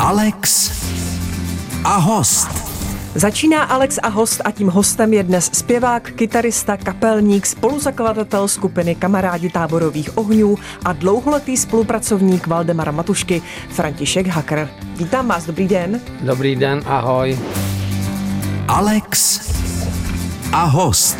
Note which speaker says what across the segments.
Speaker 1: Alex a host.
Speaker 2: Začíná Alex a host a tím hostem je dnes zpěvák, kytarista, kapelník, spoluzakladatel skupiny Kamarádi táborových ohňů a dlouholetý spolupracovník Valdemara Matušky František Hakr. Vítám vás, dobrý den.
Speaker 3: Dobrý den, ahoj.
Speaker 1: Alex a host.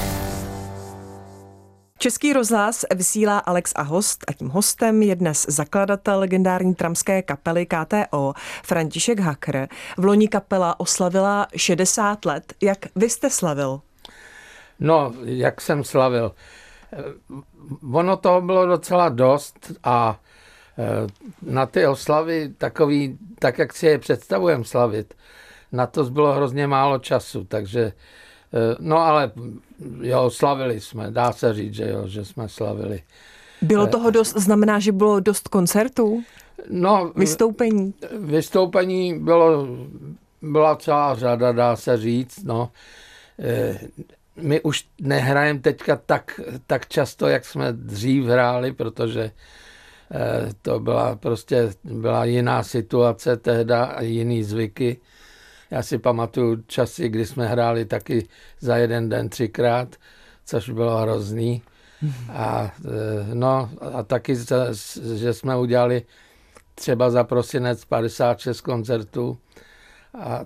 Speaker 2: Český rozhlas vysílá Alex a host a tím hostem je dnes zakladatel legendární tramské kapely KTO František Hakr. V loni kapela oslavila 60 let. Jak vy jste slavil?
Speaker 3: No, jak jsem slavil. Ono toho bylo docela dost a na ty oslavy takový, tak jak si je představujeme slavit, na to bylo hrozně málo času, takže no ale jo, slavili jsme, dá se říct, že jo, že jsme slavili.
Speaker 2: Bylo toho dost, znamená, že bylo dost koncertů?
Speaker 3: No, vystoupení byla celá řada, dá se říct, no. My už nehrajeme teďka tak často, jak jsme dřív hráli, protože to byla jiná situace tehda a jiný zvyky. Já si pamatuju časy, kdy jsme hráli taky za jeden den 3krát, což bylo hrozný. A taky, že jsme udělali třeba za prosinec 56 koncertů a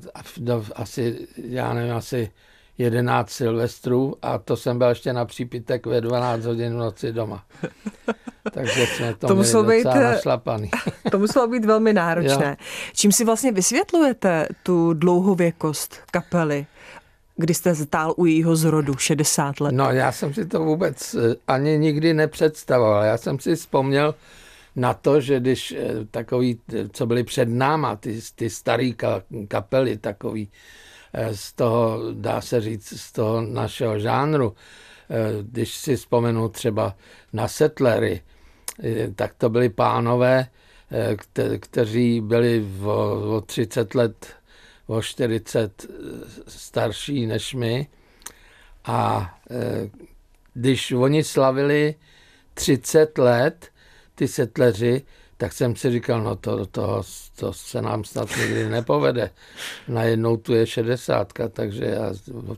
Speaker 3: asi 11 Silvestrů a to jsem byl ještě na přípitek ve 12 hodin v noci doma. Takže jsme to měli docela našlapaný.
Speaker 2: To muselo být velmi náročné. Jo. Čím si vlastně vysvětlujete tu dlouhověkost kapely, kdy jste stál u jejího zrodu 60 let?
Speaker 3: No, já jsem si to vůbec ani nikdy nepředstavoval. Já jsem si vzpomněl na to, že když takový, co byli před náma, ty starý kapely, takový, z toho, dá se říct, z toho našeho žánru, když si vzpomenu třeba na Settlery, tak to byli pánové, kteří byli o 30 let, o 40 starší než my. A když oni slavili 30 let, ty Settleři, tak jsem si říkal, no to se nám snad nikdy nepovede. Najednou tu je 60, takže já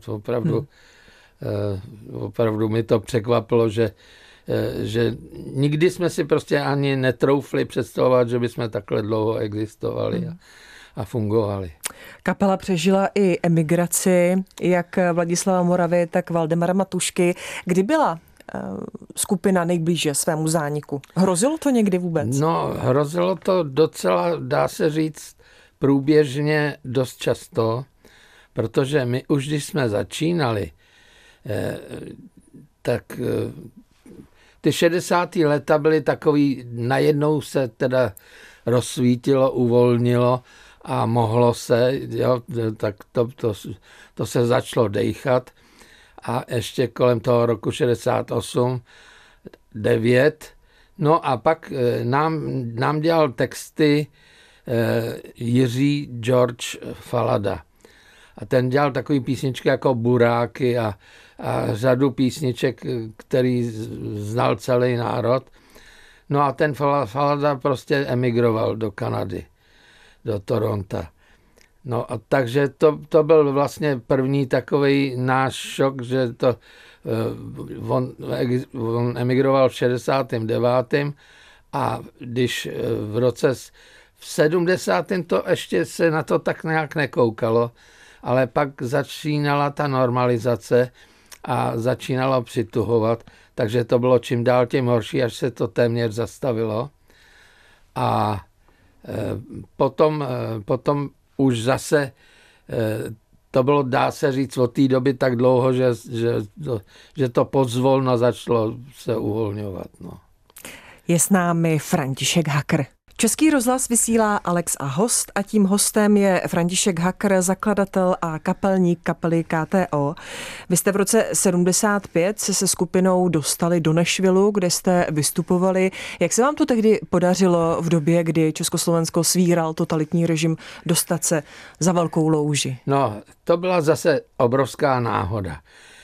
Speaker 3: opravdu mi to překvapilo, že nikdy jsme si prostě ani netroufli představovat, že bychom takhle dlouho existovali a fungovali.
Speaker 2: Kapela přežila i emigraci, jak Vladislava Moravy, tak Valdemara Matušky. Kdy byla skupina nejblíže svému zániku? Hrozilo to někdy vůbec?
Speaker 3: No, hrozilo to docela, dá se říct, průběžně dost často, protože my už když jsme začínali, tak ty 60. leta byly takový, najednou se teda rozsvítilo, uvolnilo a mohlo se, jo, tak to se začalo dejchat. A ještě kolem toho roku 68, 9. No a pak nám dělal texty Jiří George Falada. A ten dělal takový písničky jako Buráky a řadu písniček, který znal celý národ. No a ten Falada prostě emigroval do Kanady, do Toronta. No a takže to byl vlastně první takový náš šok, že on emigroval v 69. a když v 70. to ještě se na to tak nějak nekoukalo, ale pak začínala ta normalizace a začínalo přituhovat, takže to bylo čím dál tím horší, až se to téměř zastavilo. A potom už zase to bylo, dá se říct, od té doby tak dlouho, že to pozvolna začalo se uvolňovat. No.
Speaker 2: Je s námi František Hakr. Český rozhlas vysílá Alex a host a tím hostem je František Hakr, zakladatel a kapelník kapely KTO. Vy jste v roce 75 se skupinou dostali do Nashvillu, kde jste vystupovali. Jak se vám to tehdy podařilo v době, kdy Československo svíral totalitní režim, dostat se za velkou louži?
Speaker 3: No, to byla zase obrovská náhoda.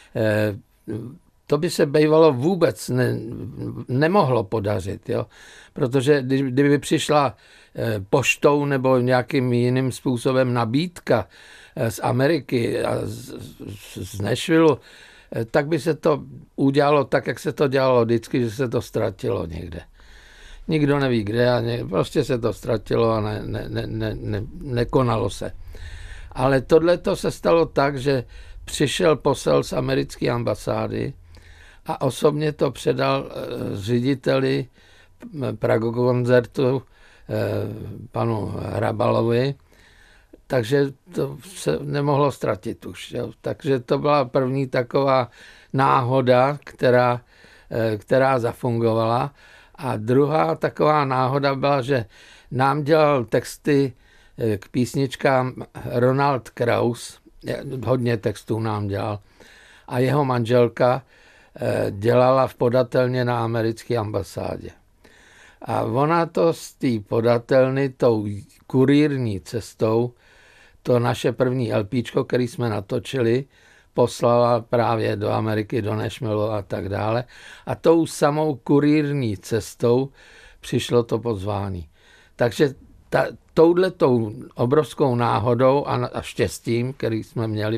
Speaker 3: To by se bývalo vůbec nemohlo podařit, jo? Protože kdyby přišla poštou nebo nějakým jiným způsobem nabídka z Ameriky a z Nashville, tak by se to udělalo tak, jak se to dělalo vždycky, že se to ztratilo někde. Nikdo neví kde a prostě se to ztratilo a nekonalo se. Ale tohleto se stalo tak, že přišel posel z americké ambasády a osobně to předal řediteli Pragokoncertu panu Hrabalovi, takže to se nemohlo ztratit už. Jo. Takže to byla první taková náhoda, která zafungovala. A druhá taková náhoda byla, že nám dělal texty k písničkám Ronald Kraus, hodně textů nám dělal, a jeho manželka dělala v podatelně na americké ambasádě. A ona to z té podatelny tou kurírní cestou, to naše první LPčko, který jsme natočili, poslala právě do Ameriky, do Nashville a tak dále. A tou samou kurírní cestou přišlo to pozvání. Takže touhletou obrovskou náhodou a štěstím, který jsme měli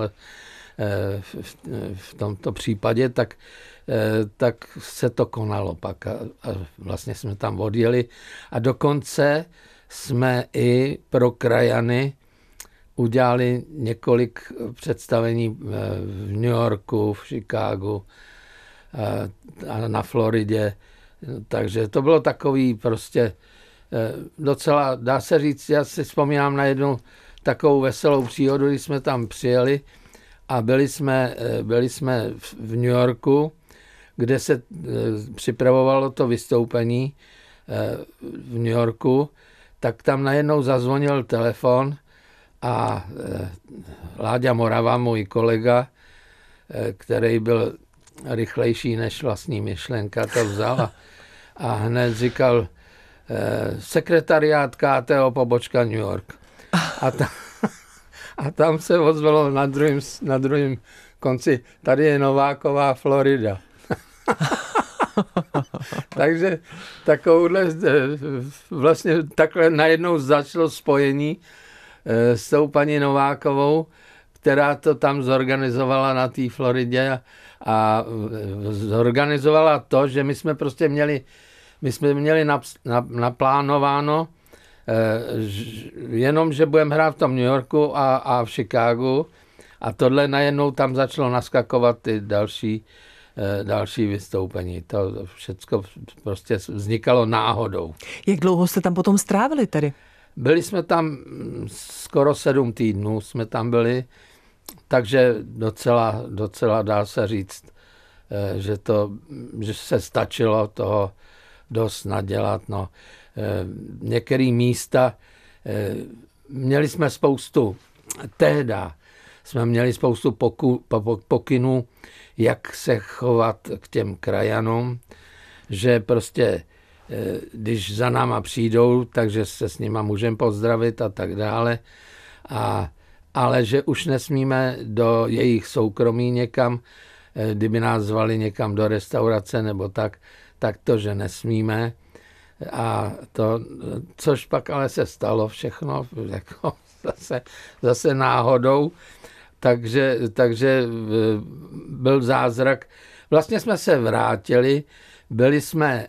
Speaker 3: v tomto případě, tak se to konalo pak. A vlastně jsme tam odjeli. A dokonce jsme i pro krajany udělali několik představení v New Yorku, v Chicagu a na Floridě. Takže to bylo takový prostě docela, dá se říct, já si vzpomínám na jednu takovou veselou příhodu, když jsme tam přijeli a byli jsme v New Yorku, kde se připravovalo to vystoupení v New Yorku, tak tam najednou zazvonil telefon a Láďa Morava, můj kolega, který byl rychlejší než vlastní myšlenka, to vzal a hned říkal sekretariát KTO pobočka New York. A tam se ozvalo na druhém konci, tady je Nováková, Florida. Takže vlastně takhle najednou začalo spojení s tou paní Novákovou, která to tam zorganizovala na té Floridě a zorganizovala to, že my jsme měli naplánováno jenom, že budeme hrát v tom New Yorku a v Chicagu a tohle najednou tam začalo naskakovat ty další vystoupení. To všechno prostě vznikalo náhodou. Jak
Speaker 2: dlouho jste tam potom strávili tedy?
Speaker 3: Byli jsme tam skoro 7 týdnů, jsme tam byli, takže docela dá se říct, že se stačilo toho dost nadělat. No. Některé místa, měli jsme tehda jsme měli spoustu pokynů, jak se chovat k těm krajanům, že prostě když za náma přijdou, takže se s nima můžeme pozdravit a tak dále, ale že už nesmíme do jejich soukromí někam, kdyby nás zvali někam do restaurace nebo tak to, že nesmíme. A to, což pak ale se stalo všechno jako zase náhodou, takže byl zázrak. Vlastně jsme se vrátili, byli jsme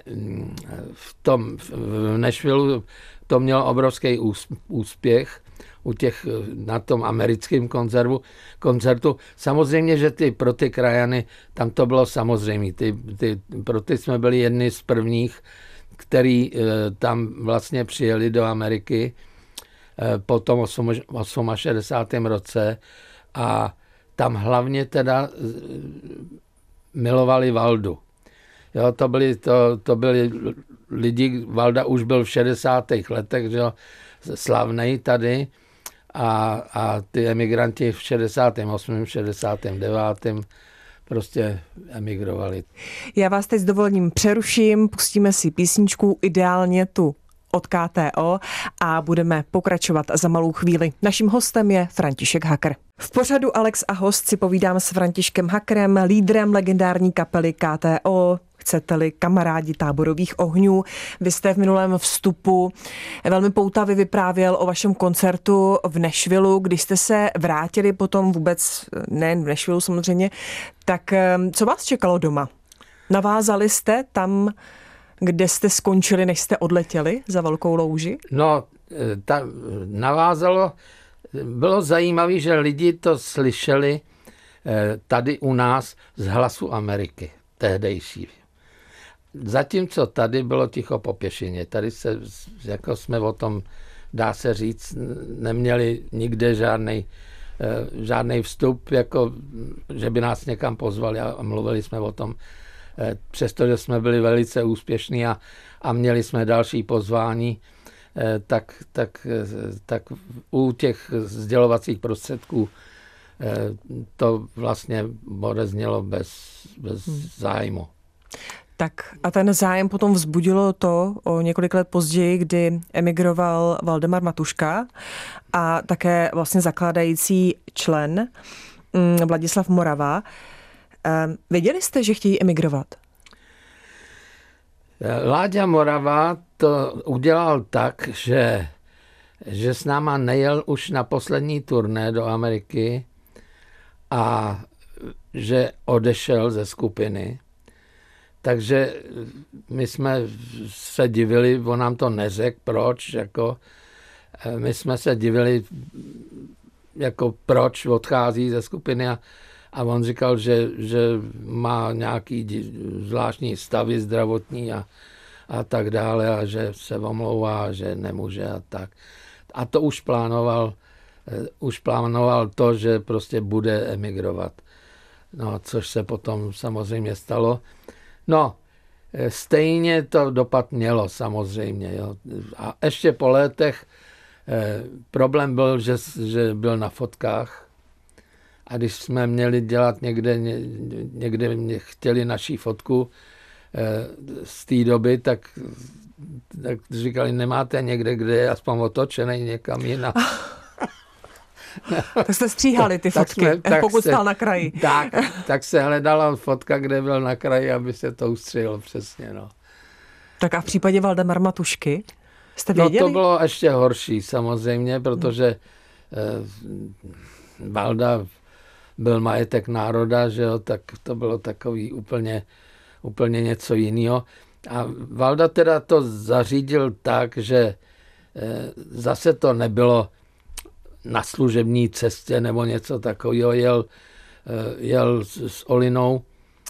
Speaker 3: v Nashville, to mělo obrovský úspěch na tom americkém koncertu. Samozřejmě, že pro ty krajany, tam to bylo samozřejmě. Pro ty jsme byli jedni z prvních, který tam vlastně přijeli do Ameriky po tom 68. roce a tam hlavně teda milovali Valdu. Jo, to byli lidi, Valda už byl v 60. letech, že jo, slavnej tady a ty emigranti v 68., 69. prostě emigrovali.
Speaker 2: Já vás teď s dovolením přeruším, pustíme si písničku, ideálně tu od KTO a budeme pokračovat za malou chvíli. Naším hostem je František Hacker. V pořadu Alex a host si povídám s Františkem Hackerem, lídrem legendární kapely KTO. chcete-li kamarádi táborových ohňů. Vy jste v minulém vstupu velmi poutavě vyprávěl o vašem koncertu v Nashvillu, když jste se vrátili potom vůbec, ne v Nashvillu samozřejmě, tak co vás čekalo doma? Navázali jste tam, kde jste skončili, než jste odletěli za Velkou louži?
Speaker 3: No, navázalo. Bylo zajímavé, že lidi to slyšeli tady u nás z Hlasu Ameriky, tehdejší. Zatímco tady bylo ticho po pěšině. Tady jako jsme o tom, dá se říct, neměli nikde žádný vstup, jako, že by nás někam pozvali a mluvili jsme o tom. Přestože jsme byli velice úspěšní a měli jsme další pozvání, tak u těch sdělovacích prostředků to vlastně odeznělo bez zájmu.
Speaker 2: Tak a ten zájem potom vzbudilo to o několik let později, kdy emigroval Valdemar Matuška a také vlastně zakládající člen Vladislav Morava. Věděli jste, že chtějí emigrovat?
Speaker 3: Láďa Morava to udělal tak, že s náma nejel už na poslední turné do Ameriky a že odešel ze skupiny. Takže my jsme se divili, on nám to neřekl, proč. Jako, my jsme se divili, jako proč odchází ze skupiny a on říkal, že má nějaký zvláštní stavy zdravotní a tak dále a že se omlouvá, že nemůže a tak. A to už plánoval to, že prostě bude emigrovat. No, což se potom samozřejmě stalo. No, stejně to dopad mělo samozřejmě. Jo. A ještě po letech problém byl, že byl na fotkách. A když jsme měli dělat někde chtěli naší fotku z té doby, tak říkali, nemáte někde, kde je aspoň otočený někam jinam.
Speaker 2: Tak jste stříhali ty fotky, pokud stál na kraji.
Speaker 3: Tak se hledala fotka, kde byl na kraji, aby se to ustřihlo přesně. No.
Speaker 2: Tak a v případě Valdemara Matušky jste věděli?
Speaker 3: No to bylo ještě horší samozřejmě, protože Valda byl majetek národa, že jo, tak to bylo takový úplně něco jiného. A Valda teda to zařídil tak, že zase to nebylo na služební cestě nebo něco takového. Jel s Olinou,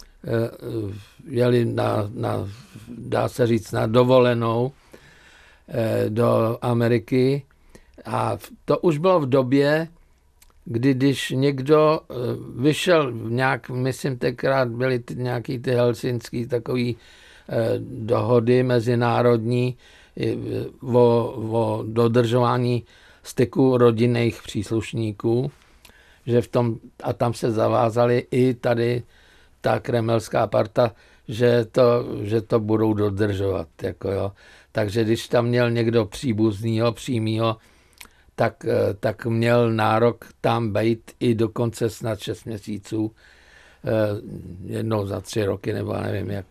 Speaker 3: jeli dá se říct, na dovolenou do Ameriky a to už bylo v době, když někdo vyšel myslím, tenkrát byly nějaký ty helsinský takový dohody mezinárodní o dodržování styku rodinných příslušníků, že a tam se zavázali i tady ta kremelská parta, že to budou dodržovat. Jako jo. Takže když tam měl někdo příbuznýho, přímýho, tak měl nárok tam být i dokonce snad 6 měsíců, jednou za 3 roky, nebo nevím, jak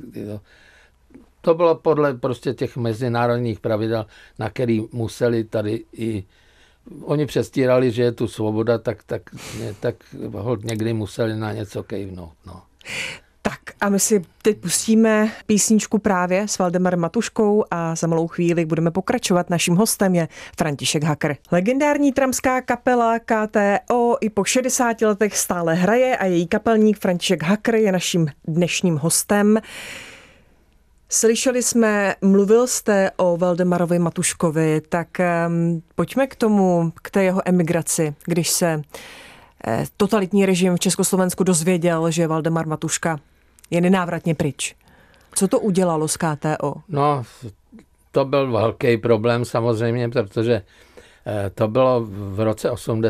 Speaker 3: to bylo podle prostě těch mezinárodních pravidel, na který museli tady i oni přestírali, že je tu svoboda, tak někdy museli na něco kejvnout. No.
Speaker 2: Tak a my si teď pustíme písničku právě s Valdemarem Matuškou a za malou chvíli budeme pokračovat. Naším hostem je František Hacker. Legendární tramská kapela KTO i po 60 letech stále hraje a její kapelník František Hacker je naším dnešním hostem. Slyšeli jsme, mluvil jste o Valdemarovi Matuškovi, tak pojďme k té jeho emigraci, když se totalitní režim v Československu dozvěděl, že Valdemar Matuška je nenávratně pryč. Co to udělalo s KTO? No,
Speaker 3: to byl velký problém samozřejmě, protože to bylo v roce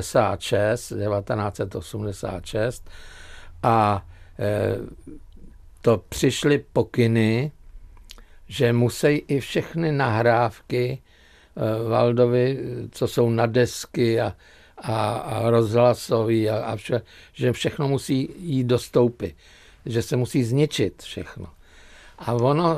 Speaker 3: 1986 a to přišly pokyny, že musí i všechny nahrávky Valdovi, co jsou na desky a rozhlasový že všechno musí jít do stoupy, že se musí zničit všechno. A ono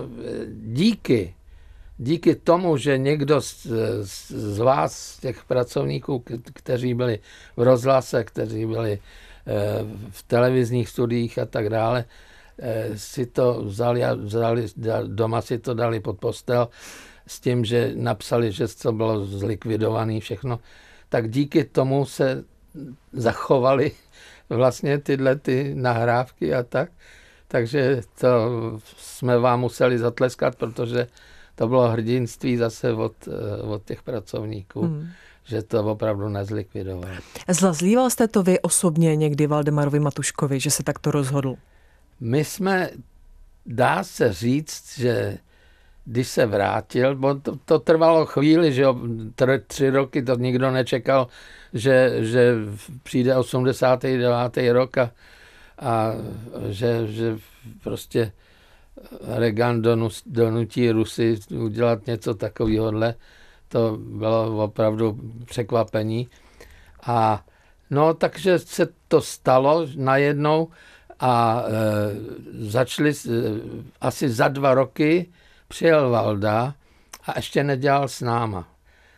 Speaker 3: díky tomu, že někdo z vás, z těch pracovníků, kteří byli v rozhlase, kteří byli v televizních studiích a tak dále, si to vzali doma si to dali pod postel s tím, že napsali, že to bylo zlikvidované všechno, tak díky tomu se zachovaly vlastně tyhle ty nahrávky a tak. Takže to jsme vám museli zatleskat, protože to bylo hrdinství zase od těch pracovníků, že to opravdu nezlikvidovali.
Speaker 2: Zlazlíval jste to vy osobně někdy Valdemarovi Matuškovi, že se takto rozhodl?
Speaker 3: My jsme, dá se říct, že když se vrátil, bo to trvalo chvíli, že 3 roky to nikdo nečekal, že přijde 89. rok a že prostě Reagan donutí Rusy udělat něco takového. To bylo opravdu překvapení. A no, takže se to stalo najednou a začali asi za 2 roky přijel Valda a ještě nedělal s náma.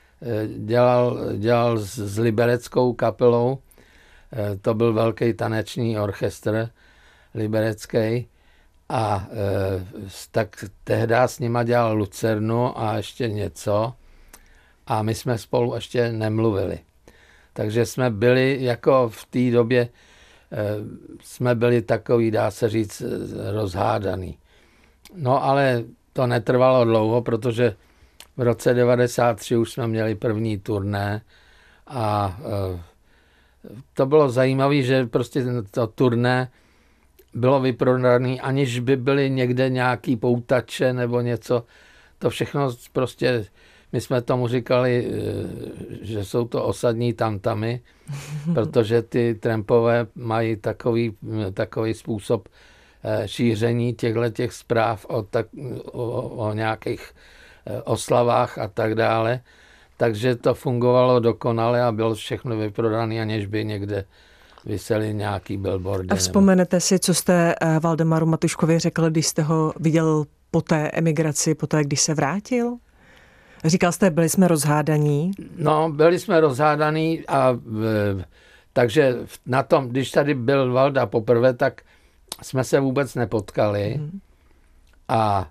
Speaker 3: Dělal s libereckou kapelou, to byl velký taneční orchestr liberecký a tak tehdy s nima dělal Lucernu a ještě něco a my jsme spolu ještě nemluvili. Takže jsme byli jako v té době, jsme byli takový, dá se říct, rozhádaný. No ale to netrvalo dlouho, protože v roce 1993 už jsme měli první turné a to bylo zajímavé, že prostě to turné bylo vyprodané, aniž by byly někde nějaký poutače nebo něco. To všechno prostě, my jsme tomu říkali, že jsou to osadní tamtamy, protože ty trampové mají takový způsob šíření těchto zpráv o nějakých oslavách a tak dále. Takže to fungovalo dokonale a bylo všechno vyprodané, aniž by někde visely nějaký billboardy.
Speaker 2: A vzpomenete si, co jste Valdemaru Matuškovi řekl, když jste ho viděl po té emigraci, po té, když se vrátil? Říkal jste, byli jsme rozhádaní? No,
Speaker 3: byli jsme rozhádaní a takže na tom, když tady byl Valda poprvé, tak jsme se vůbec nepotkali a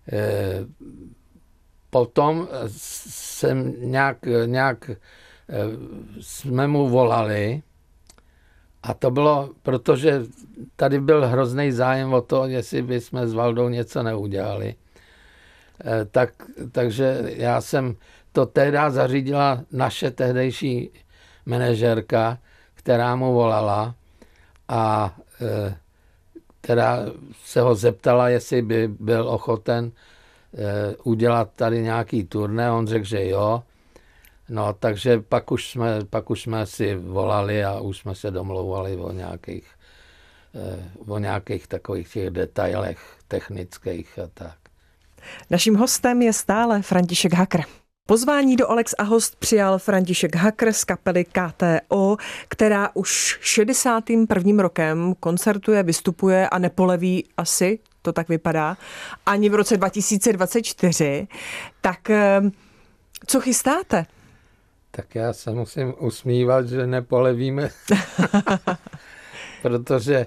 Speaker 3: potom jsem nějak jsme mu volali a to bylo, protože tady byl hrozný zájem o to, jestli bychom s Valdou něco neudělali. Takže já jsem to tehdy zařídila naše tehdejší manažerka, která mu volala a která se ho zeptala, jestli by byl ochoten udělat tady nějaký turné. On řekl, že jo. No, takže pak už jsme si volali a už jsme se domlouvali o nějakých takových těch detailech technických a tak.
Speaker 2: Naším hostem je stále František Hakr. Pozvání do Alex a host přijal František Hakr z kapely KTO, která už 61. rokem koncertuje, vystupuje a nepoleví asi, to tak vypadá, ani v roce 2024. Tak co chystáte?
Speaker 3: Tak já se musím usmívat, že nepolevíme, protože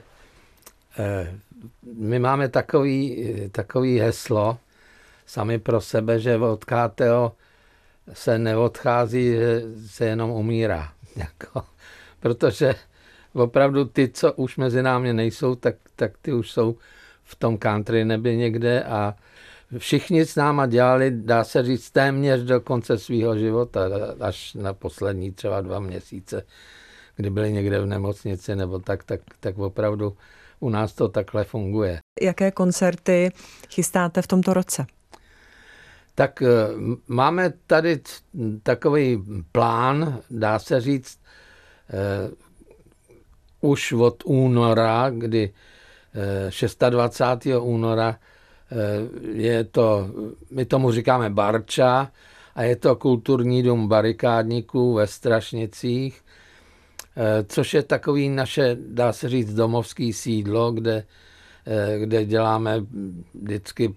Speaker 3: my máme takový heslo sami pro sebe, že od KTO se neodchází, že se jenom umírá. Protože opravdu ty, co už mezi námi nejsou, tak ty už jsou v tom country nebi někde a všichni s náma dělali, dá se říct, téměř do konce svého života, až na poslední třeba 2 měsíce, kdy byli někde v nemocnici nebo tak opravdu u nás to takhle funguje.
Speaker 2: Jaké koncerty chystáte v tomto roce?
Speaker 3: Tak máme tady takový plán, dá se říct, už od února, kdy 26. února je to, my tomu říkáme Barča a je to kulturní dům barikádníků ve Strašnicích, což je takový naše, dá se říct, domovský sídlo, kde kde děláme vždycky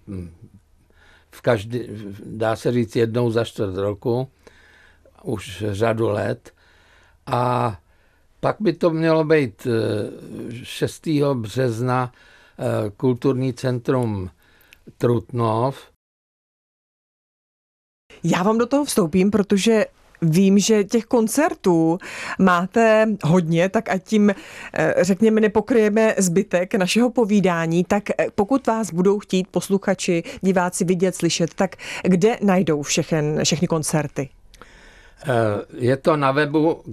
Speaker 3: dá se říct jednou za 4 roku, už řadu let. A pak by to mělo být 6. března kulturní centrum Trutnov.
Speaker 2: Já vám do toho vstoupím, protože vím, že těch koncertů máte hodně, tak ať tím, řekněme, nepokryjeme zbytek našeho povídání, tak pokud vás budou chtít posluchači, diváci vidět, slyšet, tak kde najdou všechny koncerty?
Speaker 3: Je to na webu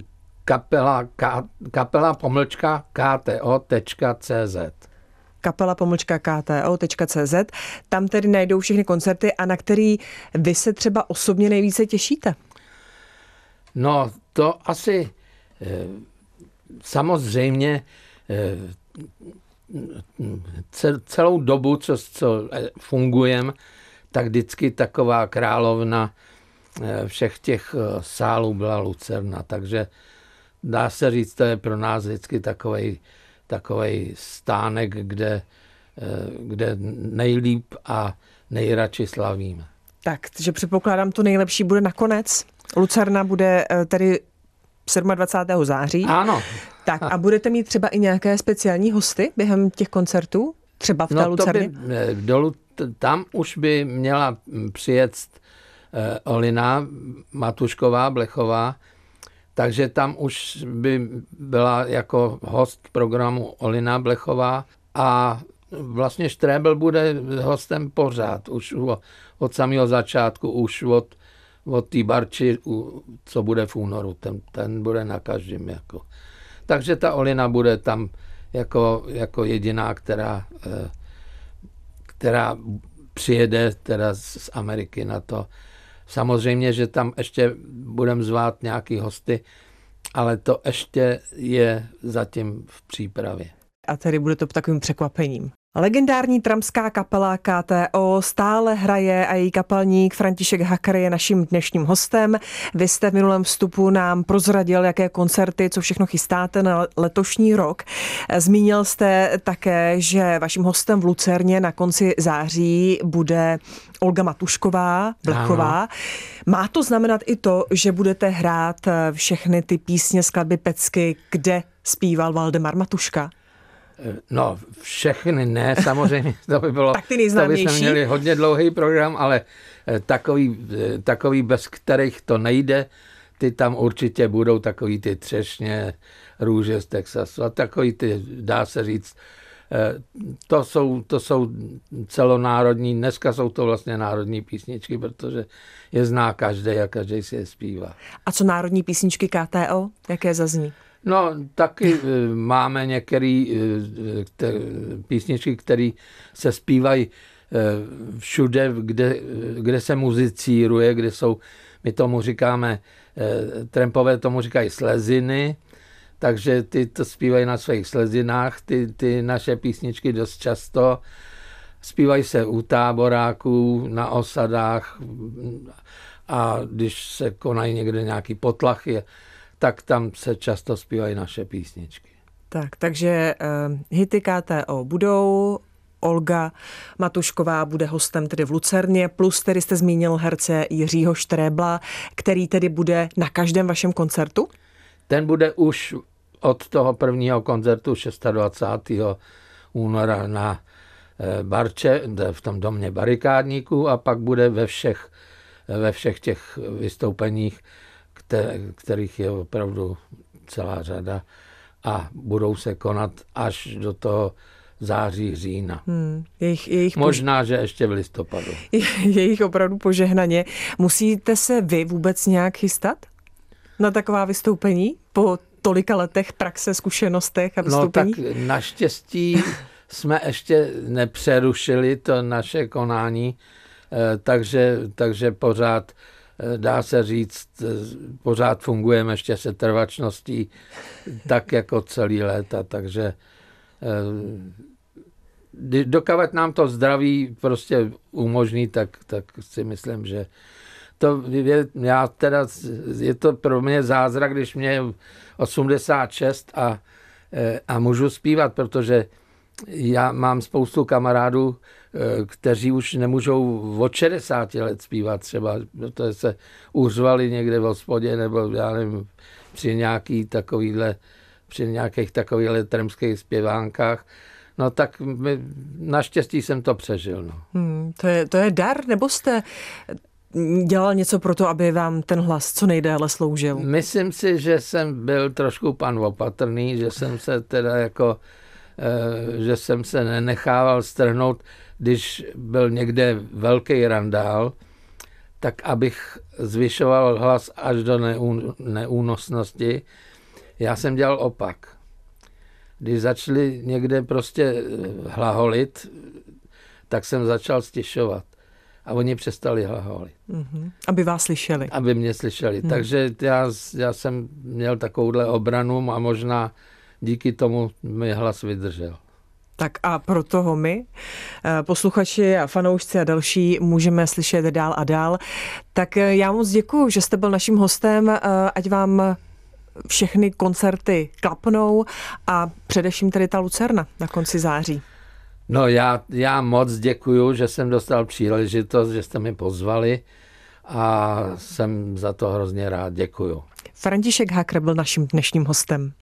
Speaker 3: kapela-kto.cz.
Speaker 2: kapela-kto.cz. Tam tedy najdou všechny koncerty a na který vy se třeba osobně nejvíce těšíte?
Speaker 3: No, to asi samozřejmě celou dobu, co fungujeme, tak vždycky taková královna všech těch sálů byla Lucerna. Takže dá se říct, to je pro nás vždycky takovej stánek, kde nejlíp a nejradši slavíme.
Speaker 2: Tak, takže předpokládám, to nejlepší bude nakonec. Lucerna bude tedy 27. září.
Speaker 3: Ano.
Speaker 2: Tak a budete mít třeba i nějaké speciální hosty během těch koncertů? Třeba v té Lucerně?
Speaker 3: Tam už by měla přijet Olina Matušková Blechová, takže tam už by byla jako host programu Olina Blechová a vlastně Štrebl bude hostem pořád, už od samého začátku, už od té Barči, co bude v únoru, ten bude na každém. Jako. Takže ta Olina bude tam jako jediná, která přijede teda z Ameriky na to. Samozřejmě, že tam ještě budeme zvát nějaký hosty, ale to ještě je zatím v přípravě.
Speaker 2: A tedy bude to takovým překvapením. Legendární tramská kapela KTO stále hraje a její kapelník František Hacker je naším dnešním hostem. Vy jste v minulém vstupu nám prozradil, jaké koncerty, co všechno chystáte na letošní rok. Zmínil jste také, že vaším hostem v Lucerně na konci září bude Olga Matušková Blechová. Ano. Má to znamenat i to, že budete hrát všechny ty písně, skladby, pecky, kde zpíval Valdemar Matuška?
Speaker 3: No, všechny ne, samozřejmě, to by bylo,
Speaker 2: tak ty nejznámější.
Speaker 3: To by jsme měli hodně dlouhý program, ale takový, bez kterých to nejde, ty tam určitě budou, takový ty Třešně, Růže z Texasu a takový ty, dá se říct, to jsou celonárodní, dneska jsou to vlastně národní písničky, protože je zná každý a každý si je zpívá.
Speaker 2: A co národní písničky KTO, jaké zazní?
Speaker 3: No, taky máme některé písničky, které se zpívají všude, kde se muzicíruje, kde jsou, my tomu říkáme, trampové tomu říkají sleziny, takže ty to zpívají na svých slezinách, ty naše písničky dost často. Zpívají se u táboráků, na osadách a když se konají někde nějaký potlachy, tak tam se často zpívají naše písničky.
Speaker 2: Takže hity KTO budou, Olga Matušková bude hostem tedy v Lucerně, plus tedy jste zmínil herce Jiřího Štrebla, který tedy bude na každém vašem koncertu?
Speaker 3: Ten bude už od toho prvního koncertu 26. února na Barče, v tom domě barikádníků a pak bude ve všech těch vystoupeních, kterých je opravdu celá řada a budou se konat až do toho září, října. Možná, že ještě v listopadu.
Speaker 2: Jejich opravdu požehnaně. Musíte se vy vůbec nějak chystat na taková vystoupení po tolika letech praxe, zkušenostech a vystoupení?
Speaker 3: No tak naštěstí jsme ještě nepřerušili to naše konání, takže pořád dá se říct, pořád fungujeme ještě se trvačností tak jako celý léta, takže dokud nám to zdraví prostě umožní, tak si myslím, že je to pro mě zázrak, když mě je 86 a můžu zpívat, protože Já mám spoustu kamarádů, kteří už nemůžou od 60 let zpívat třeba, protože se uřvali někde v hospodě nebo já nevím, při nějakých takovýchhle tremských zpěvánkách. No tak naštěstí jsem to přežil. No.
Speaker 2: To je dar, nebo jste dělal něco pro to, aby vám ten hlas co nejdéle sloužil?
Speaker 3: Myslím si, že jsem byl trošku pan opatrný, že jsem se teda že jsem se nenechával strhnout, když byl někde velký randál, tak abych zvyšoval hlas až do neúnosnosti. Já jsem dělal opak. Když začali někde prostě hlaholit, tak jsem začal stišovat. A oni přestali hlaholit.
Speaker 2: Aby vás slyšeli.
Speaker 3: Aby mě slyšeli. Takže já jsem měl takovouhle obranu a možná díky tomu mi hlas vydržel.
Speaker 2: Tak a pro toho my, posluchači a fanoušci a další, můžeme slyšet dál a dál. Tak já moc děkuju, že jste byl naším hostem, ať vám všechny koncerty klapnou a především tedy ta Lucerna na konci září.
Speaker 3: No já moc děkuju, že jsem dostal příležitost, že jste mi pozvali a jsem za to hrozně rád. Děkuju.
Speaker 2: František Hakr byl naším dnešním hostem.